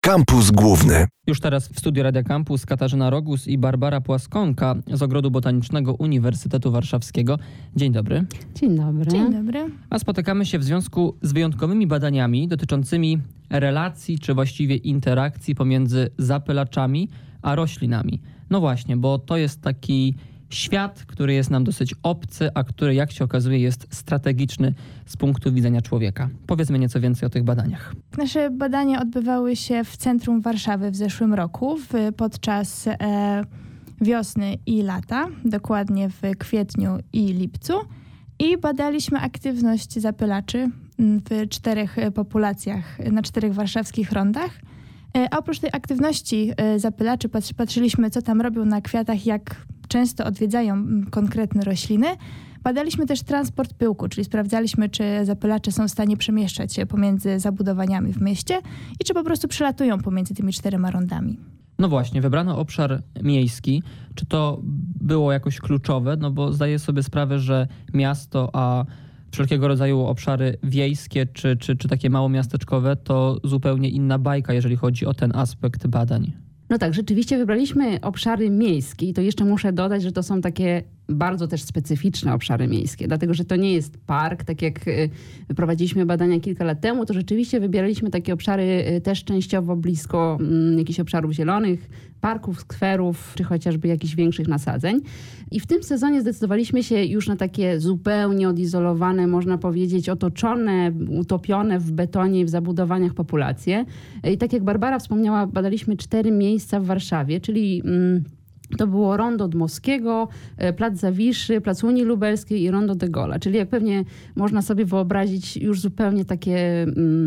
Kampus Główny. Już teraz w studiu Radia Campus Katarzyna Rogus i Barbara Płaskonka z Ogrodu Botanicznego Uniwersytetu Warszawskiego. Dzień dobry. Dzień dobry. Dzień dobry. A spotykamy się w związku z wyjątkowymi badaniami dotyczącymi relacji, czy właściwie interakcji pomiędzy zapylaczami a roślinami. No właśnie, bo to jest taki świat, który jest nam dosyć obcy, a który, jak się okazuje, jest strategiczny z punktu widzenia człowieka. Powiedzmy nieco więcej o tych badaniach. Nasze badania odbywały się w centrum Warszawy w zeszłym roku, podczas wiosny i lata, dokładnie w kwietniu i lipcu. I badaliśmy aktywność zapylaczy w 4 populacjach, na 4 warszawskich rondach. A oprócz tej aktywności zapylaczy patrzyliśmy, co tam robią na kwiatach, jak często odwiedzają konkretne rośliny. Badaliśmy też transport pyłku, czyli sprawdzaliśmy, czy zapylacze są w stanie przemieszczać się pomiędzy zabudowaniami w mieście i czy po prostu przelatują pomiędzy tymi 4 rondami. No właśnie, wybrano obszar miejski. Czy to było jakoś kluczowe? No bo zdaję sobie sprawę, że miasto, a wszelkiego rodzaju obszary wiejskie czy takie małomiasteczkowe to zupełnie inna bajka, jeżeli chodzi o ten aspekt badań. No tak, rzeczywiście wybraliśmy obszary miejskie i to jeszcze muszę dodać, że to są takie bardzo też specyficzne obszary miejskie, dlatego że to nie jest park, tak jak prowadziliśmy badania kilka lat temu, to rzeczywiście wybieraliśmy takie obszary też częściowo blisko jakichś obszarów zielonych, parków, skwerów, czy chociażby jakichś większych nasadzeń. I w tym sezonie zdecydowaliśmy się już na takie zupełnie odizolowane, można powiedzieć, otoczone, utopione w betonie i w zabudowaniach populacje. I tak jak Barbara wspomniała, badaliśmy 4 miejsca w Warszawie, czyli to było Rondo Dmowskiego, Plac Zawiszy, Plac Unii Lubelskiej i Rondo de Gaulle'a. Czyli jak pewnie można sobie wyobrazić, już zupełnie takie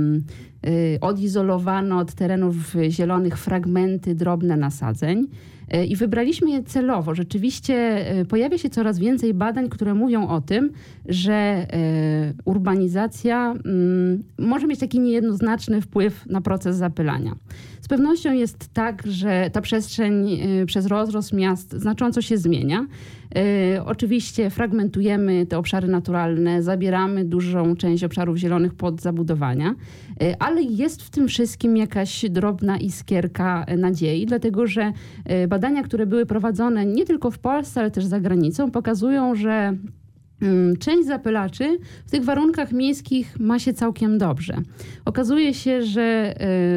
odizolowane od terenów zielonych fragmenty, drobne nasadzeń. I wybraliśmy je celowo. Rzeczywiście pojawia się coraz więcej badań, które mówią o tym, że urbanizacja może mieć taki niejednoznaczny wpływ na proces zapylania. Z pewnością jest tak, że ta przestrzeń przez rozrost miast znacząco się zmienia. Oczywiście fragmentujemy te obszary naturalne, zabieramy dużą część obszarów zielonych pod zabudowania, ale jest w tym wszystkim jakaś drobna iskierka nadziei, dlatego że badania, które były prowadzone nie tylko w Polsce, ale też za granicą, pokazują, że część zapylaczy w tych warunkach miejskich ma się całkiem dobrze. Okazuje się, że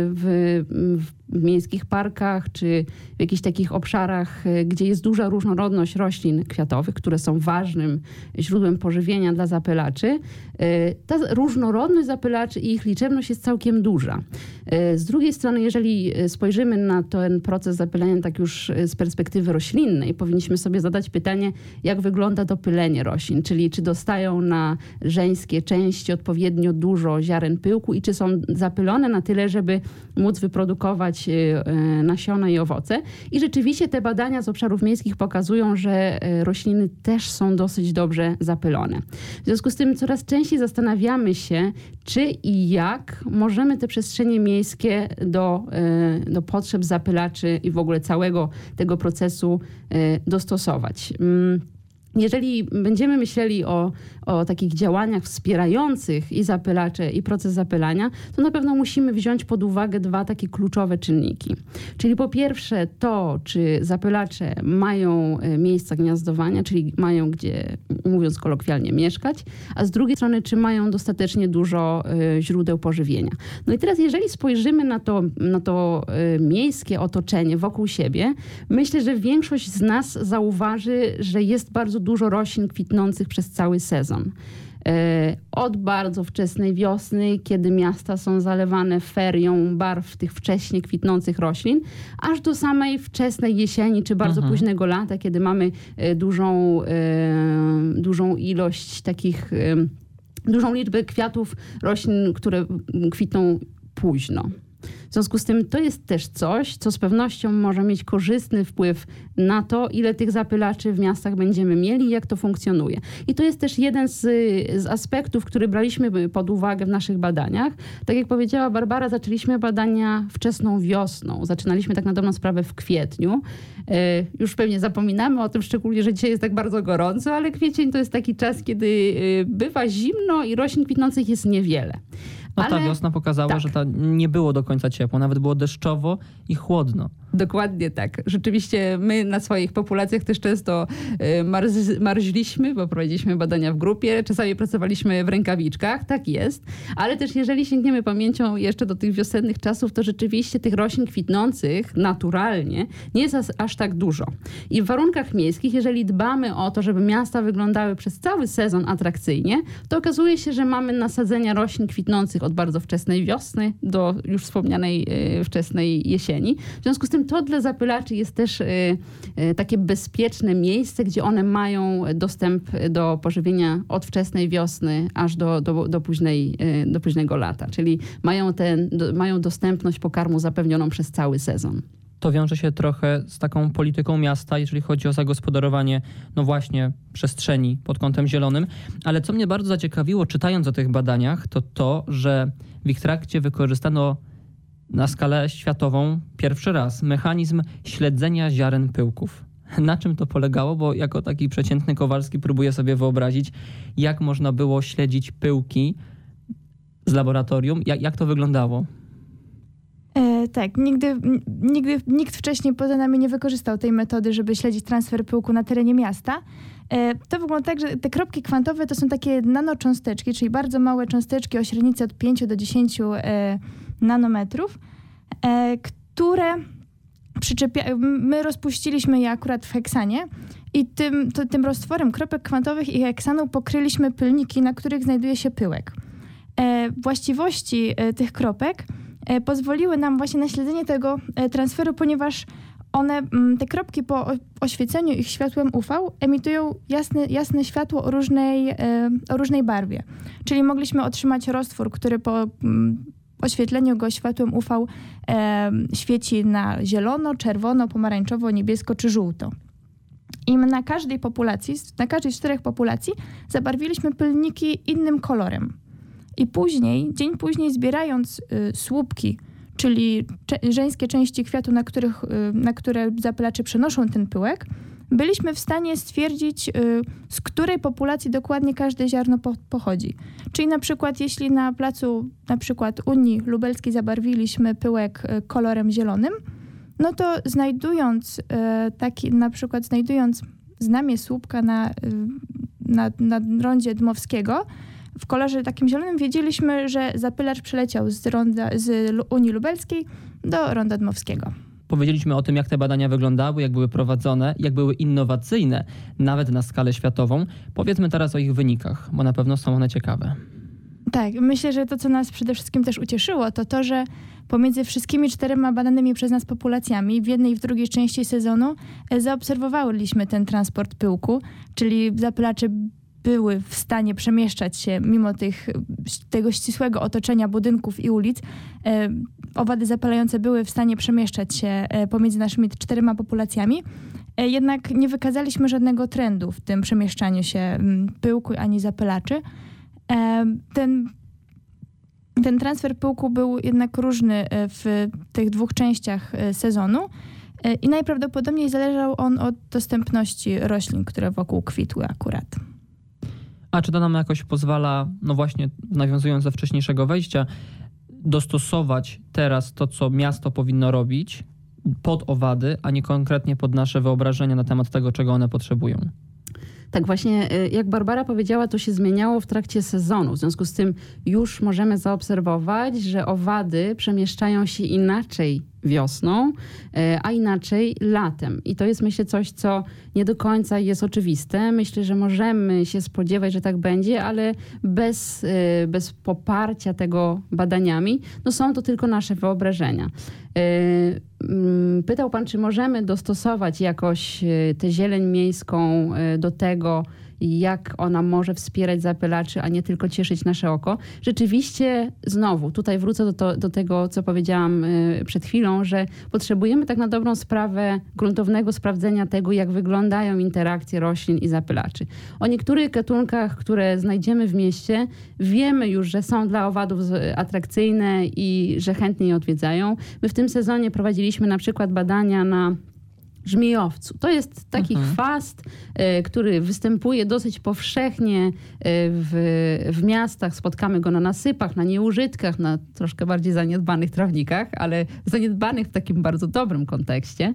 w miejskich parkach czy w jakichś takich obszarach, gdzie jest duża różnorodność roślin kwiatowych, które są ważnym źródłem pożywienia dla zapylaczy, ta różnorodność zapylaczy i ich liczebność jest całkiem duża. Z drugiej strony, jeżeli spojrzymy na ten proces zapylania tak już z perspektywy roślinnej, powinniśmy sobie zadać pytanie, jak wygląda dopylenie roślin, czyli czy dostają na żeńskie części odpowiednio dużo ziaren pyłku i czy są zapylone na tyle, żeby móc wyprodukować nasiona i owoce. I rzeczywiście te badania z obszarów miejskich pokazują, że rośliny też są dosyć dobrze zapylone. W związku z tym coraz częściej zastanawiamy się, czy i jak możemy te przestrzenie miejskie do potrzeb zapylaczy i w ogóle całego tego procesu dostosować. Jeżeli będziemy myśleli o takich działaniach wspierających i zapylacze, i proces zapylania, to na pewno musimy wziąć pod uwagę 2 takie kluczowe czynniki. Czyli po pierwsze to, czy zapylacze mają miejsca gniazdowania, czyli mają gdzie, mówiąc kolokwialnie, mieszkać, a z drugiej strony, czy mają dostatecznie dużo źródeł pożywienia. No i teraz, jeżeli spojrzymy na to miejskie otoczenie wokół siebie, myślę, że większość z nas zauważy, że jest bardzo dużo roślin kwitnących przez cały sezon. Od bardzo wczesnej wiosny, kiedy miasta są zalewane ferią barw tych wcześnie kwitnących roślin, aż do samej wczesnej jesieni czy bardzo późnego lata, kiedy mamy dużą ilość takich, dużą liczbę kwiatów, roślin, które kwitną późno. W związku z tym to jest też coś, co z pewnością może mieć korzystny wpływ na to, ile tych zapylaczy w miastach będziemy mieli i jak to funkcjonuje. I to jest też jeden z aspektów, który braliśmy pod uwagę w naszych badaniach. Tak jak powiedziała Barbara, zaczęliśmy badania wczesną wiosną. Zaczynaliśmy tak na dobrą sprawę w kwietniu. Już pewnie zapominamy o tym, szczególnie, że dzisiaj jest tak bardzo gorąco, ale kwiecień to jest taki czas, kiedy bywa zimno i roślin kwitnących jest niewiele. No ta wiosna pokazała, że nie było do końca ciepło, nawet było deszczowo i chłodno. Dokładnie tak. Rzeczywiście my na swoich populacjach też często marzliśmy, bo prowadziliśmy badania w grupie, czasami pracowaliśmy w rękawiczkach, tak jest, ale też jeżeli sięgniemy pamięcią jeszcze do tych wiosennych czasów, to rzeczywiście tych roślin kwitnących naturalnie nie jest aż tak dużo. I w warunkach miejskich, jeżeli dbamy o to, żeby miasta wyglądały przez cały sezon atrakcyjnie, to okazuje się, że mamy nasadzenia roślin kwitnących od bardzo wczesnej wiosny do już wspomnianej wczesnej jesieni. W związku z tym to dla zapylaczy jest też takie bezpieczne miejsce, gdzie one mają dostęp do pożywienia od wczesnej wiosny aż do późnego lata. Czyli mają dostępność pokarmu zapewnioną przez cały sezon. To wiąże się trochę z taką polityką miasta, jeżeli chodzi o zagospodarowanie, no właśnie, przestrzeni pod kątem zielonym. Ale co mnie bardzo zaciekawiło, czytając o tych badaniach, to, że w ich trakcie wykorzystano na skalę światową pierwszy raz mechanizm śledzenia ziaren pyłków. Na czym to polegało? Bo jako taki przeciętny Kowalski próbuję sobie wyobrazić, jak można było śledzić pyłki z laboratorium. Jak to wyglądało? Tak, nigdy nikt wcześniej poza nami nie wykorzystał tej metody, żeby śledzić transfer pyłku na terenie miasta. To wygląda tak, że te kropki kwantowe to są takie nanocząsteczki, czyli bardzo małe cząsteczki o średnicy od 5 do 10 nanometrów, które my rozpuściliśmy je akurat w heksanie i tym roztworem kropek kwantowych i heksanu pokryliśmy pylniki, na których znajduje się pyłek. Właściwości tych kropek pozwoliły nam właśnie na śledzenie tego transferu, ponieważ te kropki po oświeceniu ich światłem UV emitują jasne światło o różnej barwie. Czyli mogliśmy otrzymać roztwór, który po oświetleniu go światłem UV świeci na zielono, czerwono, pomarańczowo, niebiesko czy żółto. I my na każdej z 4 populacji zabarwiliśmy pylniki innym kolorem. I dzień później zbierając słupki, czyli żeńskie części kwiatu, na które zapylacze przenoszą ten pyłek, byliśmy w stanie stwierdzić, z której populacji dokładnie każde ziarno pochodzi. Czyli na przykład jeśli na placu Unii Lubelskiej zabarwiliśmy pyłek kolorem zielonym, no to znajdując znamię słupka na rondzie Dmowskiego, w kolorze takim zielonym wiedzieliśmy, że zapylacz przeleciał z Unii Lubelskiej do ronda Dmowskiego. Powiedzieliśmy o tym, jak te badania wyglądały, jak były prowadzone, jak były innowacyjne, nawet na skalę światową. Powiedzmy teraz o ich wynikach, bo na pewno są one ciekawe. Tak, myślę, że to, co nas przede wszystkim też ucieszyło, to, że pomiędzy wszystkimi 4 badanymi przez nas populacjami w jednej i w drugiej części sezonu zaobserwowaliśmy ten transport pyłku, czyli zapylacze były w stanie przemieszczać się mimo tego ścisłego otoczenia budynków i ulic. Owady zapalające były w stanie przemieszczać się pomiędzy naszymi 4 populacjami. Jednak nie wykazaliśmy żadnego trendu w tym przemieszczaniu się pyłku ani zapylaczy. Ten transfer pyłku był jednak różny w tych 2 częściach sezonu i najprawdopodobniej zależał on od dostępności roślin, które wokół kwitły akurat. A czy to nam jakoś pozwala, no właśnie nawiązując do wcześniejszego wejścia, dostosować teraz to, co miasto powinno robić pod owady, a nie konkretnie pod nasze wyobrażenia na temat tego, czego one potrzebują? Tak właśnie, jak Barbara powiedziała, to się zmieniało w trakcie sezonu. W związku z tym już możemy zaobserwować, że owady przemieszczają się inaczej wiosną, a inaczej latem. I to jest, myślę, coś, co nie do końca jest oczywiste. Myślę, że możemy się spodziewać, że tak będzie, ale bez poparcia tego badaniami, no są to tylko nasze wyobrażenia. Pytał pan, czy możemy dostosować jakoś tę zieleń miejską do tego, jak ona może wspierać zapylaczy, a nie tylko cieszyć nasze oko. Rzeczywiście, znowu, tutaj wrócę do tego, co powiedziałam przed chwilą, że potrzebujemy tak na dobrą sprawę gruntownego sprawdzenia tego, jak wyglądają interakcje roślin i zapylaczy. O niektórych gatunkach, które znajdziemy w mieście, wiemy już, że są dla owadów atrakcyjne i że chętnie je odwiedzają. My w tym sezonie prowadziliśmy na przykład badania na żmijowcu. To jest taki chwast, który występuje dosyć powszechnie w miastach. Spotkamy go na nasypach, na nieużytkach, na troszkę bardziej zaniedbanych trawnikach, ale zaniedbanych w takim bardzo dobrym kontekście.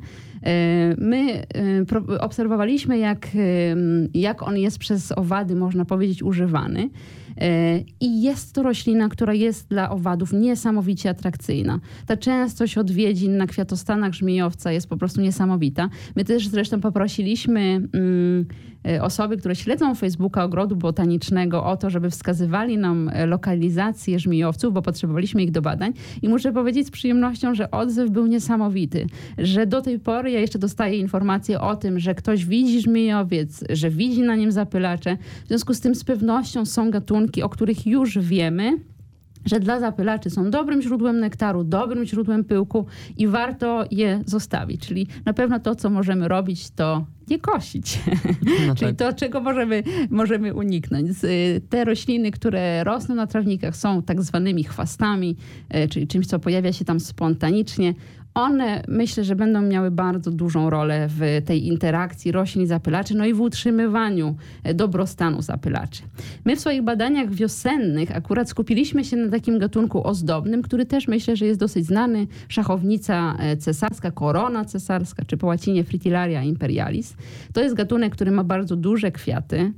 My obserwowaliśmy, jak on jest przez owady, można powiedzieć, używany. I jest to roślina, która jest dla owadów niesamowicie atrakcyjna. Ta częstość odwiedzin na kwiatostanach żmijowca jest po prostu niesamowita. My też zresztą poprosiliśmy osoby, które śledzą Facebooka Ogrodu Botanicznego o to, żeby wskazywali nam lokalizację żmijowców, bo potrzebowaliśmy ich do badań. I muszę powiedzieć z przyjemnością, że odzew był niesamowity. Że do tej pory ja jeszcze dostaję informacje o tym, że ktoś widzi żmijowiec, że widzi na nim zapylacze. W związku z tym z pewnością są gatunki, o których już wiemy, że dla zapylaczy są dobrym źródłem nektaru, dobrym źródłem pyłku i warto je zostawić. Czyli na pewno to, co możemy robić, to nie kosić. No czyli to, czego możemy uniknąć. Te rośliny, które rosną na trawnikach, są tak zwanymi chwastami, czyli czymś, co pojawia się tam spontanicznie. One, myślę, że będą miały bardzo dużą rolę w tej interakcji roślin i zapylaczy, no i w utrzymywaniu dobrostanu zapylaczy. My w swoich badaniach wiosennych akurat skupiliśmy się na takim gatunku ozdobnym, który też myślę, że jest dosyć znany. Szachownica cesarska, korona cesarska, czy po łacinie Fritillaria imperialis. To jest gatunek, który ma bardzo duże kwiaty,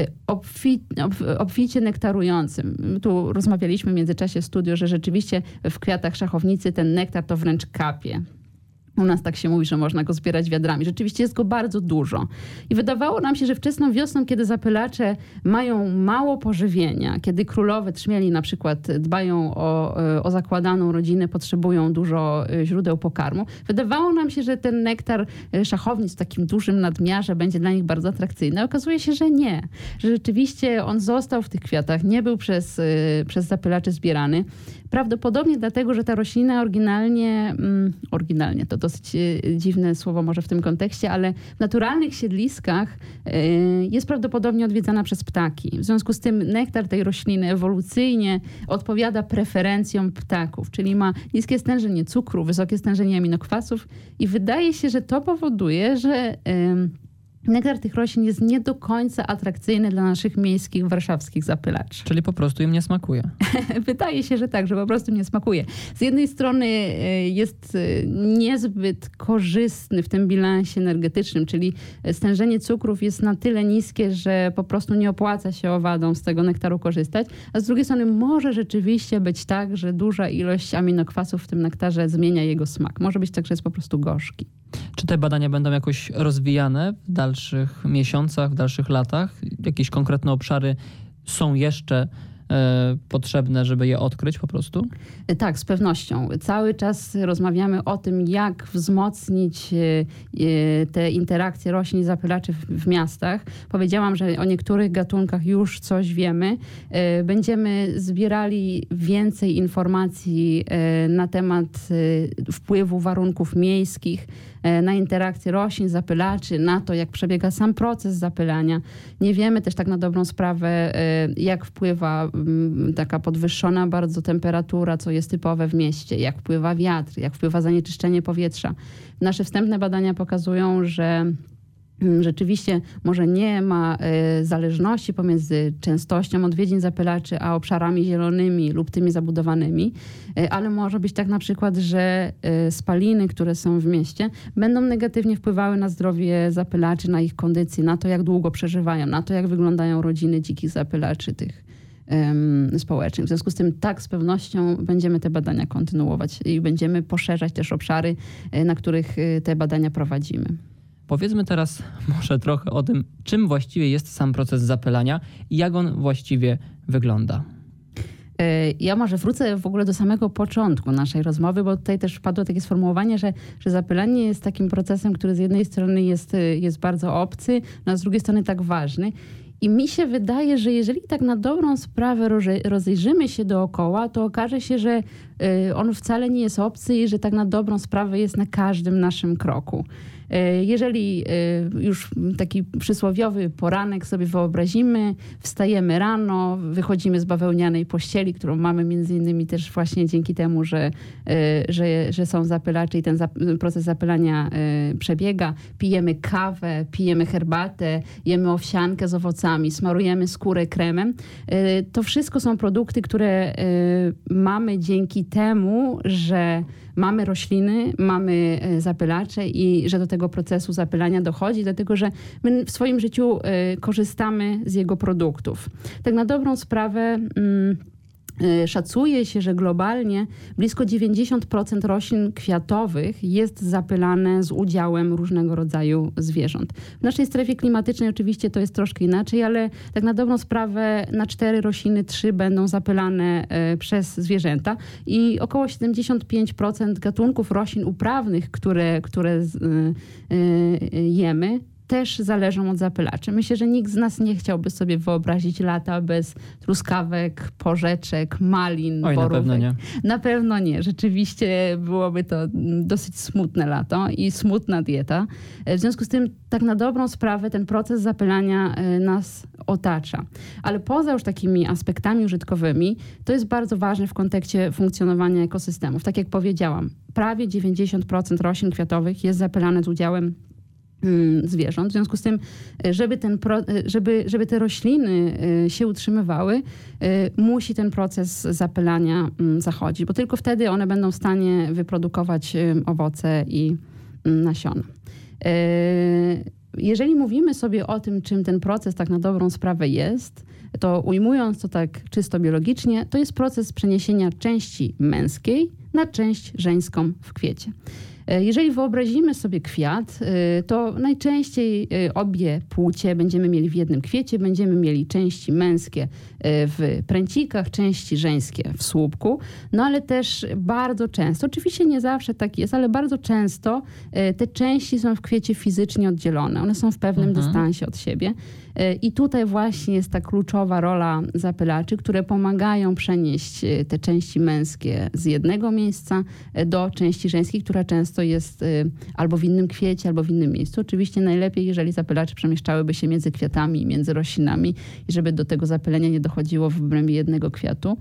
obficie nektarującym. My tu rozmawialiśmy w międzyczasie w studiu, że rzeczywiście w kwiatach szachownicy ten nektar to wręcz kapie. U nas tak się mówi, że można go zbierać wiadrami. Rzeczywiście jest go bardzo dużo. I wydawało nam się, że wczesną wiosną, kiedy zapylacze mają mało pożywienia, kiedy królowe trzmieli na przykład dbają o zakładaną rodzinę, potrzebują dużo źródeł pokarmu, wydawało nam się, że ten nektar szachownic w takim dużym nadmiarze będzie dla nich bardzo atrakcyjny. A okazuje się, że nie. Że rzeczywiście on został w tych kwiatach, nie był przez zapylacze zbierany. Prawdopodobnie dlatego, że ta roślina oryginalnie to dosyć dziwne słowo może w tym kontekście, ale w naturalnych siedliskach jest prawdopodobnie odwiedzana przez ptaki. W związku z tym nektar tej rośliny ewolucyjnie odpowiada preferencjom ptaków, czyli ma niskie stężenie cukru, wysokie stężenie aminokwasów i wydaje się, że to powoduje, że nektar tych roślin jest nie do końca atrakcyjny dla naszych miejskich, warszawskich zapylaczy. Czyli po prostu im nie smakuje. Wydaje się, że tak, że po prostu nie smakuje. Z jednej strony jest niezbyt korzystny w tym bilansie energetycznym, czyli stężenie cukrów jest na tyle niskie, że po prostu nie opłaca się owadom z tego nektaru korzystać, a z drugiej strony może rzeczywiście być tak, że duża ilość aminokwasów w tym nektarze zmienia jego smak. Może być tak, że jest po prostu gorzki. Czy te badania będą jakoś rozwijane w dalszych miesiącach, w dalszych latach? Jakieś konkretne obszary są jeszcze potrzebne, żeby je odkryć po prostu? Tak, z pewnością. Cały czas rozmawiamy o tym, jak wzmocnić te interakcje roślin i zapylaczy w miastach. Powiedziałam, że o niektórych gatunkach już coś wiemy. Będziemy zbierali więcej informacji na temat wpływu warunków miejskich na interakcję roślin, zapylaczy, na to, jak przebiega sam proces zapylania. Nie wiemy też tak na dobrą sprawę, jak wpływa taka podwyższona bardzo temperatura, co jest typowe w mieście, jak wpływa wiatr, jak wpływa zanieczyszczenie powietrza. Nasze wstępne badania pokazują, że rzeczywiście może nie ma zależności pomiędzy częstością odwiedzin zapylaczy a obszarami zielonymi lub tymi zabudowanymi, ale może być tak na przykład, że spaliny, które są w mieście, będą negatywnie wpływały na zdrowie zapylaczy, na ich kondycję, na to, jak długo przeżywają, na to, jak wyglądają rodziny dzikich zapylaczy tych społecznych. W związku z tym tak, z pewnością będziemy te badania kontynuować i będziemy poszerzać też obszary, na których te badania prowadzimy. Powiedzmy teraz może trochę o tym, czym właściwie jest sam proces zapylania i jak on właściwie wygląda. Ja może wrócę w ogóle do samego początku naszej rozmowy, bo tutaj też padło takie sformułowanie, że zapylanie jest takim procesem, który z jednej strony jest bardzo obcy, no a z drugiej strony tak ważny. I mi się wydaje, że jeżeli tak na dobrą sprawę rozejrzymy się dookoła, to okaże się, że on wcale nie jest obcy i że tak na dobrą sprawę jest na każdym naszym kroku. Jeżeli już taki przysłowiowy poranek sobie wyobrazimy, wstajemy rano, wychodzimy z bawełnianej pościeli, którą mamy między innymi też właśnie dzięki temu, że są zapylacze i ten proces zapylania przebiega. Pijemy kawę, pijemy herbatę, jemy owsiankę z owocami, smarujemy skórę kremem. To wszystko są produkty, które mamy dzięki temu, że mamy rośliny, mamy zapylacze i że do tego procesu zapylania dochodzi, dlatego że my w swoim życiu korzystamy z jego produktów. Tak na dobrą sprawę szacuje się, że globalnie blisko 90% roślin kwiatowych jest zapylane z udziałem różnego rodzaju zwierząt. W naszej strefie klimatycznej oczywiście to jest troszkę inaczej, ale tak na dobrą sprawę na 4 rośliny 3 będą zapylane przez zwierzęta i około 75% gatunków roślin uprawnych, które jemy, też zależą od zapylaczy. Myślę, że nikt z nas nie chciałby sobie wyobrazić lata bez truskawek, porzeczek, malin, borówek. Na pewno nie. Na pewno nie. Rzeczywiście byłoby to dosyć smutne lato i smutna dieta. W związku z tym tak na dobrą sprawę ten proces zapylania nas otacza. Ale poza już takimi aspektami użytkowymi, to jest bardzo ważne w kontekście funkcjonowania ekosystemów. Tak jak powiedziałam, prawie 90% roślin kwiatowych jest zapylane z udziałem zwierząt. W związku z tym, żeby te rośliny się utrzymywały, musi ten proces zapylania zachodzić, bo tylko wtedy one będą w stanie wyprodukować owoce i nasiona. Jeżeli mówimy sobie o tym, czym ten proces tak na dobrą sprawę jest, to ujmując to tak czysto biologicznie, to jest proces przeniesienia części męskiej na część żeńską w kwiecie. Jeżeli wyobrazimy sobie kwiat, to najczęściej obie płcie będziemy mieli w jednym kwiecie. Będziemy mieli części męskie w pręcikach, części żeńskie w słupku. No ale też bardzo często, oczywiście nie zawsze tak jest, ale bardzo często te części są w kwiecie fizycznie oddzielone. One są w pewnym dystansie od siebie. I tutaj właśnie jest ta kluczowa rola zapylaczy, które pomagają przenieść te części męskie z jednego miejsca do części żeńskiej, która często jest albo w innym kwiecie, albo w innym miejscu. Oczywiście najlepiej, jeżeli zapylacze przemieszczałyby się między kwiatami i między roślinami i żeby do tego zapylenia nie dochodziło w obrębie jednego kwiatu.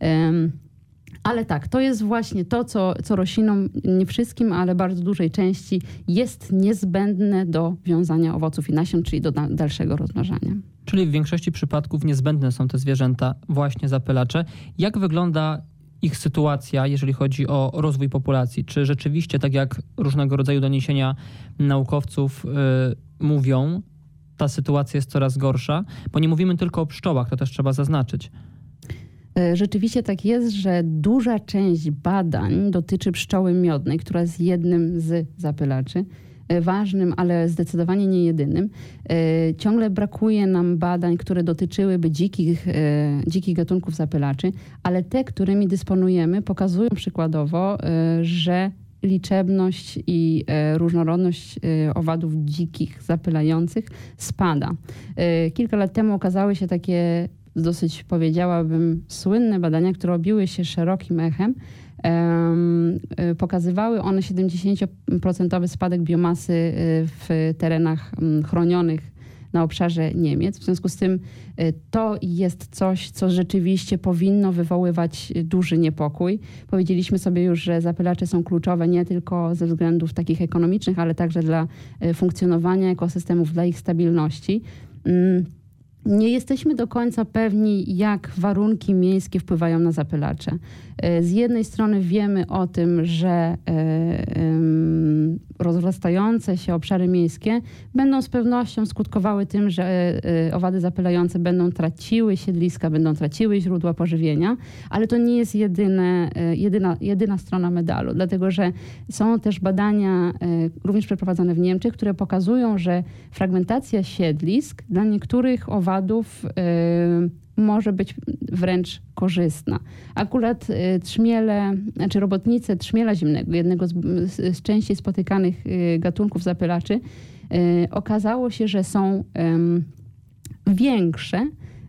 Ale tak, to jest właśnie to, co roślinom, nie wszystkim, ale bardzo dużej części jest niezbędne do wiązania owoców i nasion, czyli do dalszego rozmnażania. Czyli w większości przypadków niezbędne są te zwierzęta, właśnie zapylacze. Jak wygląda ich sytuacja, jeżeli chodzi o rozwój populacji? Czy rzeczywiście, tak jak różnego rodzaju doniesienia naukowców mówią, ta sytuacja jest coraz gorsza? Bo nie mówimy tylko o pszczołach, to też trzeba zaznaczyć. Rzeczywiście tak jest, że duża część badań dotyczy pszczoły miodnej, która jest jednym z zapylaczy. Ważnym, ale zdecydowanie nie jedynym. Ciągle brakuje nam badań, które dotyczyłyby dzikich gatunków zapylaczy, ale te, którymi dysponujemy, pokazują przykładowo, że liczebność i różnorodność owadów dzikich zapylających spada. Kilka lat temu okazały się takie dosyć, powiedziałabym, słynne badania, które robiły się szerokim echem. Pokazywały one 70% spadek biomasy w terenach chronionych na obszarze Niemiec. W związku z tym to jest coś, co rzeczywiście powinno wywoływać duży niepokój. Powiedzieliśmy sobie już, że zapylacze są kluczowe nie tylko ze względów takich ekonomicznych, ale także dla funkcjonowania ekosystemów, dla ich stabilności. Nie jesteśmy do końca pewni, jak warunki miejskie wpływają na zapylacze. Z jednej strony wiemy o tym, że rozrastające się obszary miejskie będą z pewnością skutkowały tym, że owady zapylające będą traciły siedliska, będą traciły źródła pożywienia, ale to nie jest jedyna strona medalu, dlatego że są też badania również przeprowadzone w Niemczech, które pokazują, że fragmentacja siedlisk dla niektórych owadów może być wręcz korzystna. Akurat robotnice trzmiela ziemnego, jednego z częściej spotykanych gatunków zapylaczy, okazało się, że są większe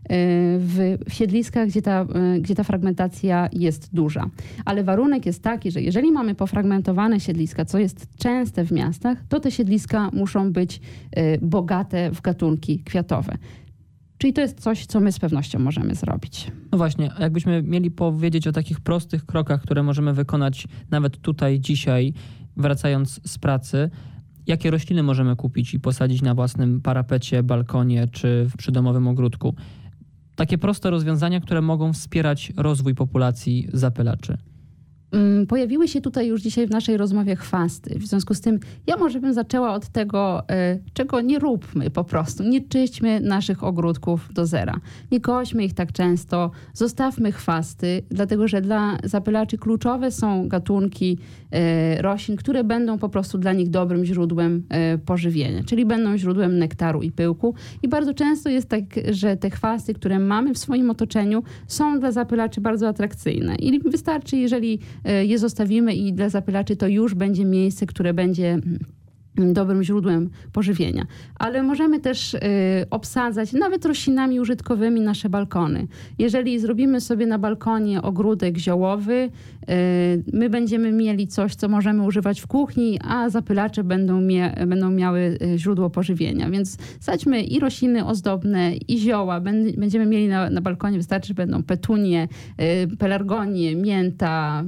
w siedliskach, gdzie ta fragmentacja jest duża. Ale warunek jest taki, że jeżeli mamy pofragmentowane siedliska, co jest częste w miastach, to te siedliska muszą być bogate w gatunki kwiatowe. Czyli to jest coś, co my z pewnością możemy zrobić. No właśnie, a jakbyśmy mieli powiedzieć o takich prostych krokach, które możemy wykonać nawet tutaj, dzisiaj, wracając z pracy, jakie rośliny możemy kupić i posadzić na własnym parapecie, balkonie czy w przydomowym ogródku? Takie proste rozwiązania, które mogą wspierać rozwój populacji zapylaczy. Pojawiły się tutaj już dzisiaj w naszej rozmowie chwasty. W związku z tym ja może bym zaczęła od tego, czego nie róbmy po prostu. Nie czyśćmy naszych ogródków do zera. Nie kośmy ich tak często. Zostawmy chwasty, dlatego że dla zapylaczy kluczowe są gatunki roślin, które będą po prostu dla nich dobrym źródłem pożywienia, czyli będą źródłem nektaru i pyłku. I bardzo często jest tak, że te chwasty, które mamy w swoim otoczeniu, są dla zapylaczy bardzo atrakcyjne. I wystarczy, jeżeli je zostawimy i dla zapylaczy to już będzie miejsce, które będzie dobrym źródłem pożywienia. Ale możemy też obsadzać nawet roślinami użytkowymi nasze balkony. Jeżeli zrobimy sobie na balkonie ogródek ziołowy, my będziemy mieli coś, co możemy używać w kuchni, a zapylacze będą miały źródło pożywienia. Więc sadźmy i rośliny ozdobne, i zioła. Będziemy mieli na balkonie, wystarczy, że będą petunie, pelargonie, mięta,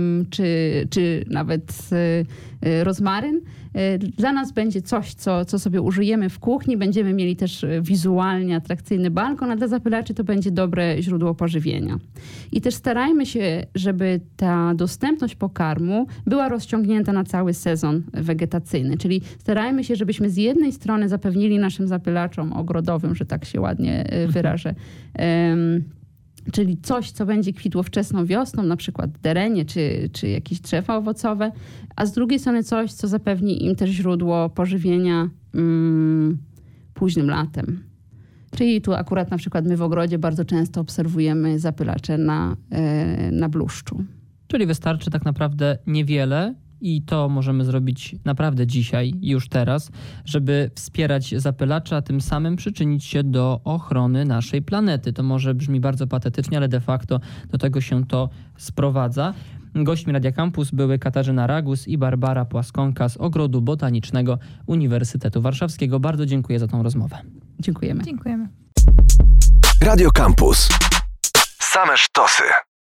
czy nawet rozmaryn. Dla nas będzie coś, co sobie użyjemy w kuchni. Będziemy mieli też wizualnie atrakcyjny balkon, a dla zapylaczy to będzie dobre źródło pożywienia. I też starajmy się, żeby ta dostępność pokarmu była rozciągnięta na cały sezon wegetacyjny. Czyli starajmy się, żebyśmy z jednej strony zapewnili naszym zapylaczom ogrodowym, że tak się ładnie wyrażę, czyli coś, co będzie kwitło wczesną wiosną, na przykład derenie czy jakieś drzewa owocowe, a z drugiej strony coś, co zapewni im też źródło pożywienia późnym latem. Czyli tu akurat na przykład my w ogrodzie bardzo często obserwujemy zapylacze na bluszczu. Czyli wystarczy tak naprawdę niewiele i to możemy zrobić naprawdę dzisiaj, już teraz, żeby wspierać zapylacze, a tym samym przyczynić się do ochrony naszej planety. To może brzmi bardzo patetycznie, ale de facto do tego się to sprowadza. Gośćmi Radia Campus były Katarzyna Ragus i Barbara Płaskonka z Ogrodu Botanicznego Uniwersytetu Warszawskiego. Bardzo dziękuję za tą rozmowę. Dziękujemy. Dziękujemy. Radio Campus. Same sztosy.